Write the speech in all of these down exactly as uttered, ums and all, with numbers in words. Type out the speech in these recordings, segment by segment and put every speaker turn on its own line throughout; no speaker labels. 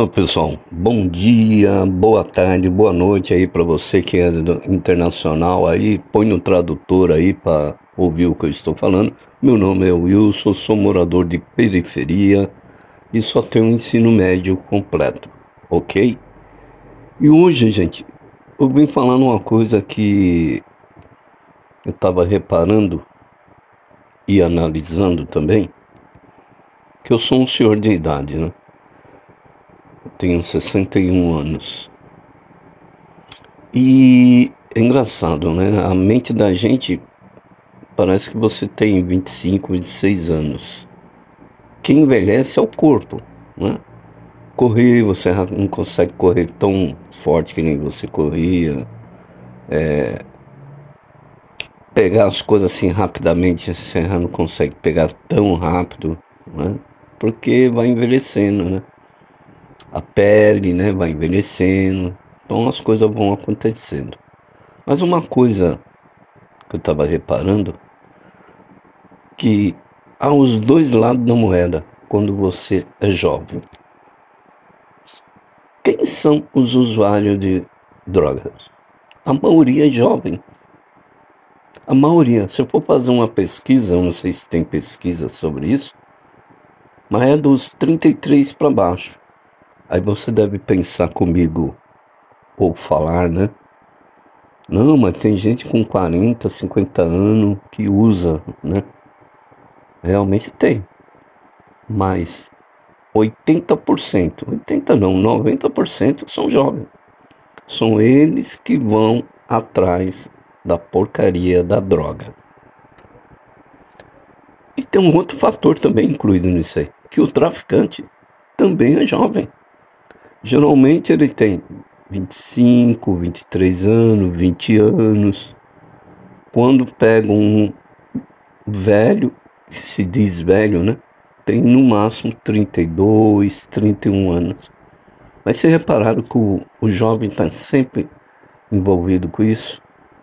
Fala pessoal, bom dia, boa tarde, boa noite aí para você que é do- internacional aí, põe no tradutor aí para ouvir o que eu estou falando. Meu nome é Wilson, sou morador de periferia e só tenho ensino médio completo, ok? E hoje, gente, eu vim falando uma coisa que eu estava reparando e analisando também, que eu sou um senhor de idade, né? Eu tenho sessenta e um anos. E é engraçado, né? A mente da gente parece que você tem vinte e cinco, vinte e seis anos. Quem envelhece é o corpo, né? Correr, você não consegue correr tão forte que nem você corria. Pegar as coisas assim rapidamente, você já não consegue pegar tão rápido, né? Porque vai envelhecendo, né? A pele, né, vai envelhecendo. Então as coisas vão acontecendo. Mas uma coisa que eu estava reparando que há os dois lados da moeda quando você é jovem. Quem são os usuários de drogas? A maioria é jovem. A maioria. Se eu for fazer uma pesquisa, eu não sei se tem pesquisa sobre isso, mas é dos trinta e três para baixo. Aí você deve pensar comigo, ou falar, né? Não, mas tem gente com quarenta, cinquenta anos que usa, né? Realmente tem. Mas oitenta por cento, oitenta não, noventa por cento são jovens. São eles que vão atrás da porcaria da droga. E tem um outro fator também incluído nisso aí, que o traficante também é jovem. Geralmente ele tem vinte e cinco, vinte e três anos, vinte anos. Quando pega um velho, que se diz velho, né? Tem no máximo trinta e dois, trinta e um anos. Mas vocês repararam que o, o jovem está sempre envolvido com isso?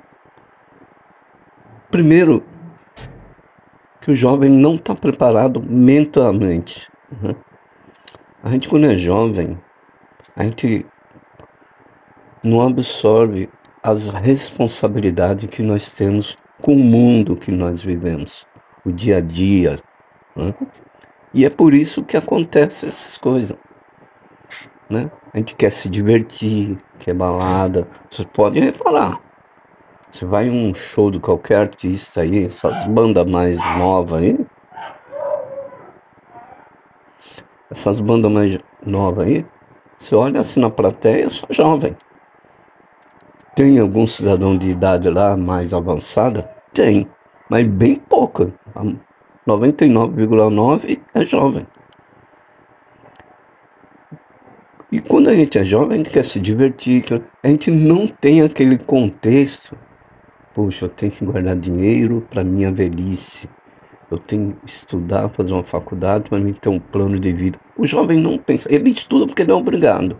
Primeiro, que o jovem não está preparado mentalmente, né? A gente, quando é jovem, a gente não absorve as responsabilidades que nós temos com o mundo que nós vivemos, o dia a dia, né? E é por isso que acontecem essas coisas, né? A gente quer se divertir, quer balada. Você pode reparar. Você vai em um show de qualquer artista aí, essas bandas mais novas aí, essas bandas mais novas aí, você olha assim na plateia, só jovem. Tem algum cidadão de idade lá mais avançada? Tem, mas bem pouca. noventa e nove vírgula nove é jovem. E quando a gente é jovem, a gente quer se divertir, a gente não tem aquele contexto. Poxa, eu tenho que guardar dinheiro para minha velhice. Eu tenho que estudar, fazer uma faculdade para mim ter um plano de vida. O jovem não pensa, ele estuda porque ele é obrigado.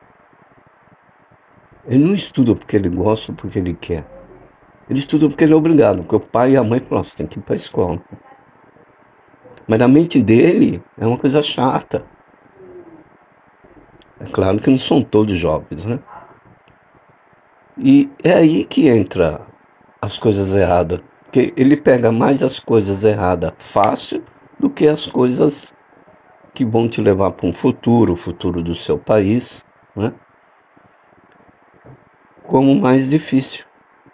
Ele não estuda porque ele gosta ou porque ele quer. Ele estuda porque ele é obrigado, porque o pai e a mãe falam, você tem que ir para a escola. Mas na mente dele é uma coisa chata. É claro que não são todos jovens, né? E é aí que entra as coisas erradas. Porque ele pega mais as coisas erradas fácil do que as coisas que vão te levar para um futuro, o futuro do seu país, né? Como mais difícil,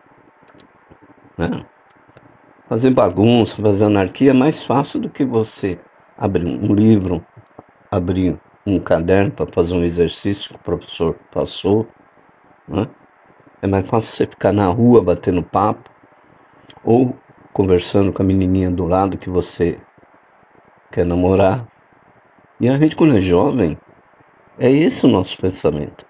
né? Fazer bagunça, fazer anarquia é mais fácil do que você abrir um livro, abrir um caderno para fazer um exercício que o professor passou, né? É mais fácil você ficar na rua batendo papo ou conversando com a menininha do lado que você quer namorar. E a gente, quando é jovem, é esse o nosso pensamento.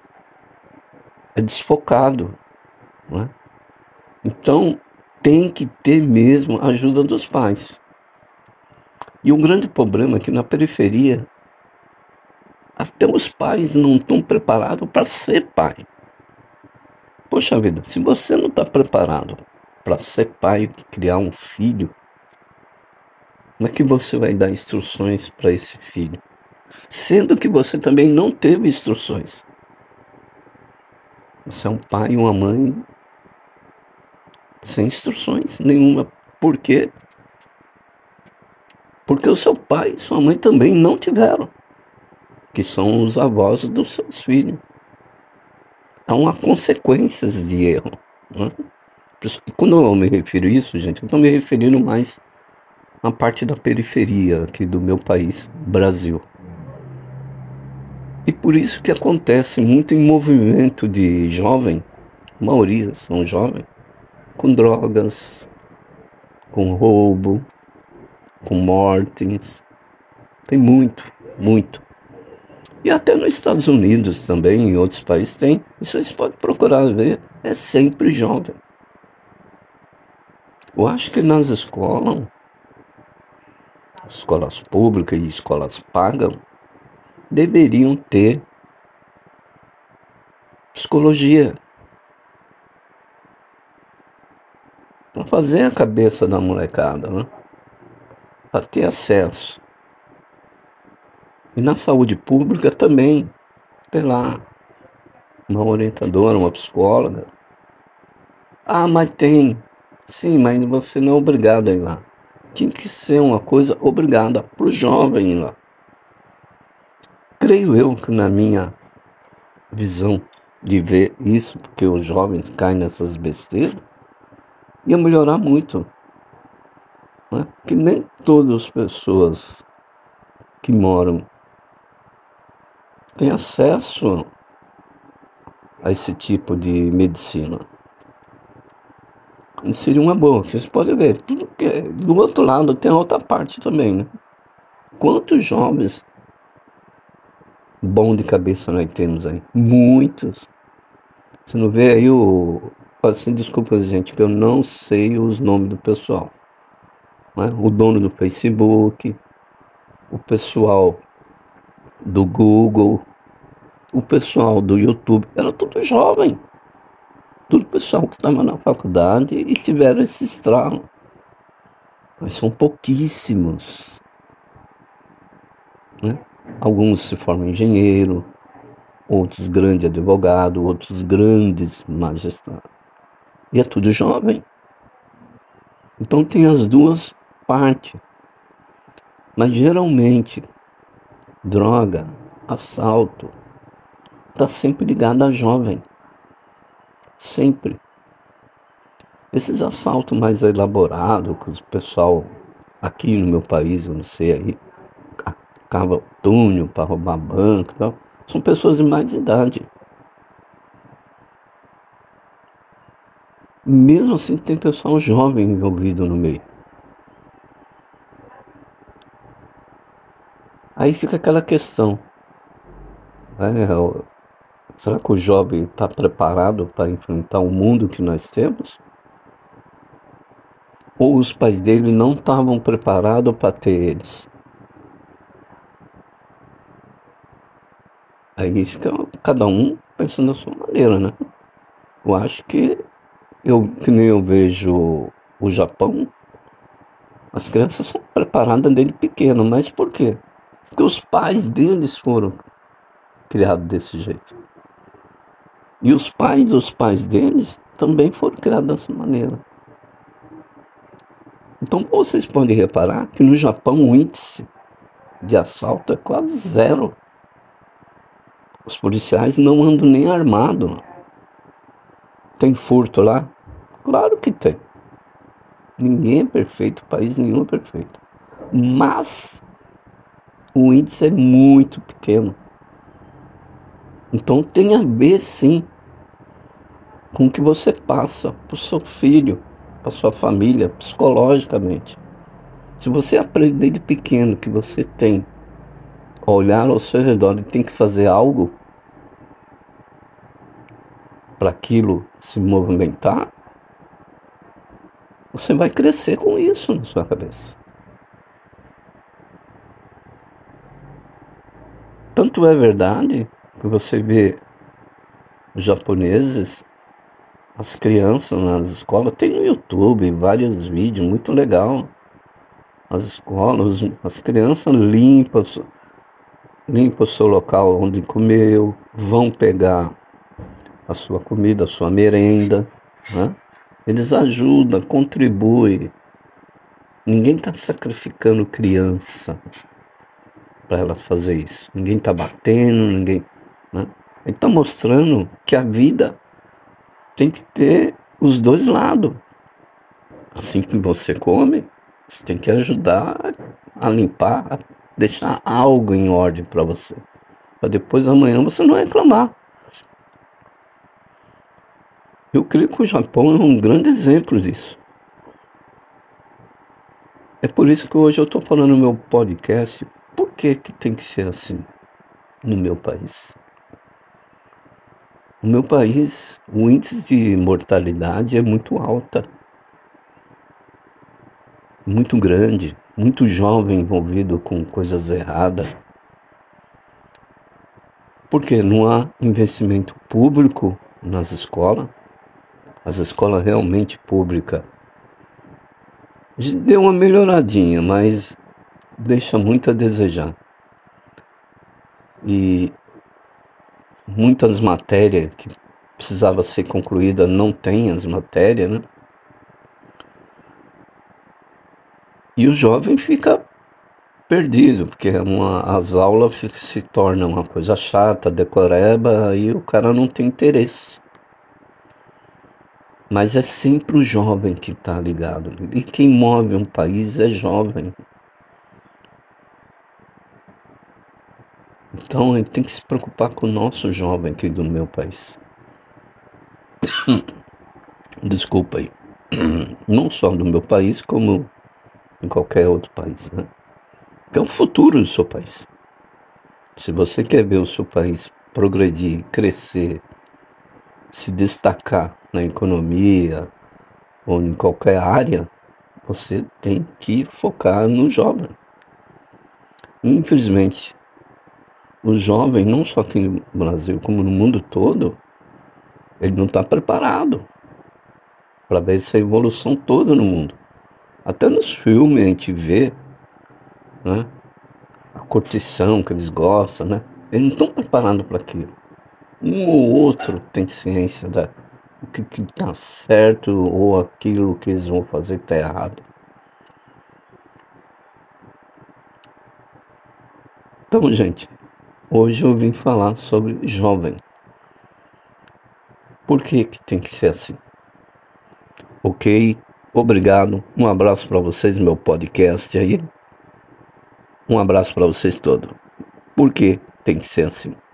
É desfocado, né? Então, tem que ter mesmo a ajuda dos pais. E o grande problema é que na periferia, até os pais não estão preparados para ser pai. Poxa vida, se você não está preparado para ser pai e criar um filho, como é que você vai dar instruções para esse filho? sendo que você também não teve instruções. Você é um pai e uma mãe sem instruções nenhuma. Por quê? Porque o seu pai e sua mãe também não tiveram, que são os avós dos seus filhos. Então há consequências de erro, né? E quando eu me refiro a isso, gente, eu estou me referindo mais à parte da periferia aqui do meu país, Brasil. E por isso que acontece muito em movimento de jovem, a maioria são jovens, com drogas, com roubo, com mortes. Tem muito, muito. E até nos Estados Unidos também, em outros países tem. Isso vocês podem procurar ver, é sempre jovem. Eu acho que nas escolas, escolas públicas e escolas pagas, deveriam ter psicologia para fazer a cabeça da molecada, né? Para ter acesso. E na saúde pública também, tem lá uma orientadora, uma psicóloga. Ah, mas tem. Sim, mas você não é obrigado a ir lá. Tinha que ser uma coisa obrigada para o jovem ir lá. Creio eu que na minha visão de ver isso, porque os jovens caem nessas besteiras, ia melhorar muito, né? Que nem todas as pessoas que moram têm acesso a esse tipo de medicina. E seria uma boa, vocês podem ver. Tudo que é, do outro lado tem a outra parte também, né? Quantos jovens bom de cabeça nós temos aí? Muitos. Você não vê aí o. Assim, desculpa, gente, que eu não sei os nomes do pessoal, né? O dono do Facebook, o pessoal do Google, o pessoal do YouTube, era tudo jovem. Tudo pessoal que estava na faculdade e tiveram esse estralo. Mas são pouquíssimos, né? Alguns se formam engenheiro, outros grandes advogados, outros grandes magistrados. E é tudo jovem. Então tem as duas partes. Mas geralmente, droga, assalto, está sempre ligado a jovem. Sempre. Esses assaltos mais elaborados, que o pessoal aqui no meu país, eu não sei aí, cava túnel para roubar banco, tal, são pessoas de mais idade. Mesmo assim tem pessoal jovem envolvido no meio. Aí fica aquela questão, né? Será que o jovem está preparado para enfrentar o mundo que nós temos? Ou os pais dele não estavam preparados para ter eles? Aí fica cada um pensando da sua maneira, né? Eu acho que, eu, que nem eu vejo o Japão, as crianças são preparadas desde pequeno, mas por quê? Porque os pais deles foram criados desse jeito. E os pais dos pais deles também foram criados dessa maneira. Então vocês podem reparar que no Japão o índice de assalto é quase zero. Os policiais não andam nem armados. Tem furto lá? Claro que tem. Ninguém é perfeito, país nenhum é perfeito. Mas o índice é muito pequeno. Então tem a ver sim com o que você passa para o seu filho, para sua família, psicologicamente. Se você aprende desde pequeno que você tem a olhar ao seu redor e tem que fazer algo para aquilo se movimentar, você vai crescer com isso na sua cabeça. Tanto é verdade que você vê os japoneses, as crianças nas escolas, tem no YouTube vários vídeos, muito legal. As escolas, as crianças limpas, limpa o seu local onde comeu, vão pegar a sua comida, a sua merenda, né? Eles ajudam, contribuem. Ninguém está sacrificando criança para ela fazer isso. Ninguém está batendo, ninguém, né? Ele está mostrando que a vida tem que ter os dois lados. Assim que você come, você tem que ajudar a limpar, a deixar algo em ordem para você, para depois amanhã você não reclamar. Eu creio que o Japão é um grande exemplo disso. É por isso que hoje eu estou falando no meu podcast. Por que que tem que ser assim no meu país? No meu país, o índice de mortalidade é muito alta, muito grande, muito jovem envolvido com coisas erradas. Porque não há investimento público nas escolas. As escolas realmente públicas deu uma melhoradinha, mas deixa muito a desejar. E muitas matérias que precisava ser concluída não tem as matérias, né? E o jovem fica perdido, porque uma, as aulas se tornam uma coisa chata, decoreba, e o cara não tem interesse. Mas é sempre o jovem que está ligado. E quem move um país é jovem. Então ele tem que se preocupar com o nosso jovem aqui do meu país. Desculpa aí. Não só do meu país, como em qualquer outro país, né? Que é o futuro do seu país. Se você quer ver o seu país progredir, crescer, se destacar na economia ou em qualquer área, você tem que focar no jovem. Infelizmente, o jovem, não só aqui no Brasil, como no mundo todo, ele não está preparado para ver essa evolução toda no mundo. Até nos filmes a gente vê, né, a curtição que eles gostam, né? Eles não estão preparados para aquilo. Um ou outro tem ciência da o que está certo ou aquilo que eles vão fazer está errado. Então, gente, hoje eu vim falar sobre jovem. Por que que tem que ser assim? Ok? Obrigado. Um abraço para vocês no meu podcast aí. Um abraço para vocês todos. Por que tem que ser assim?